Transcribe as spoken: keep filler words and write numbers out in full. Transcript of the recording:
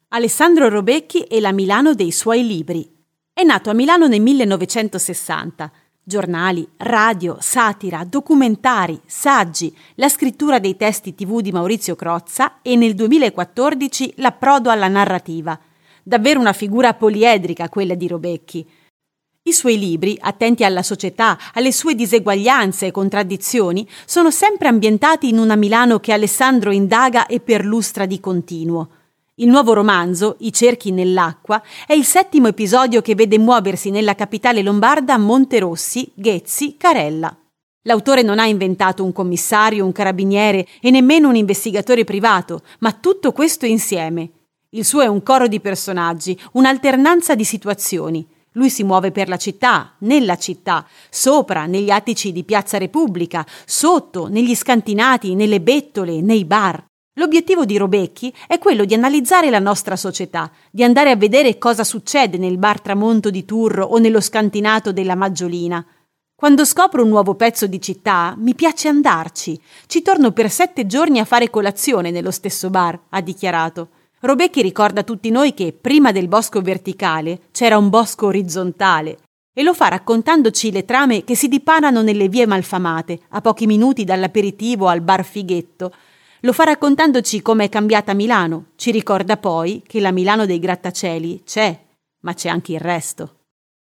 Alessandro Robecchi e la Milano dei suoi libri. È nato a Milano nel millenovecentosessanta. Giornali, radio, satira, documentari, saggi, la scrittura dei testi tivù di Maurizio Crozza e nel duemilaquattordici l'approdo alla narrativa. Davvero una figura poliedrica quella di Robecchi. I suoi libri, attenti alla società, alle sue diseguaglianze e contraddizioni, sono sempre ambientati in una Milano che Alessandro indaga e perlustra di continuo. Il nuovo romanzo, I cerchi nell'acqua, è il settimo episodio che vede muoversi nella capitale lombarda Monterossi, Ghezzi, Carella. L'autore non ha inventato un commissario, un carabiniere e nemmeno un investigatore privato, ma tutto questo insieme. Il suo è un coro di personaggi, un'alternanza di situazioni. Lui si muove per la città, nella città, sopra, negli attici di Piazza Repubblica, sotto, negli scantinati, nelle bettole, nei bar. L'obiettivo di Robecchi è quello di analizzare la nostra società, di andare a vedere cosa succede nel bar Tramonto di Turro o nello scantinato della Maggiolina. Quando scopro un nuovo pezzo di città, mi piace andarci. Ci torno per sette giorni a fare colazione nello stesso bar, ha dichiarato. Robecchi ricorda a tutti noi che prima del bosco verticale c'era un bosco orizzontale e lo fa raccontandoci le trame che si dipanano nelle vie malfamate, a pochi minuti dall'aperitivo al bar Fighetto. Lo fa raccontandoci come è cambiata Milano. Ci ricorda poi che la Milano dei grattacieli c'è, ma c'è anche il resto.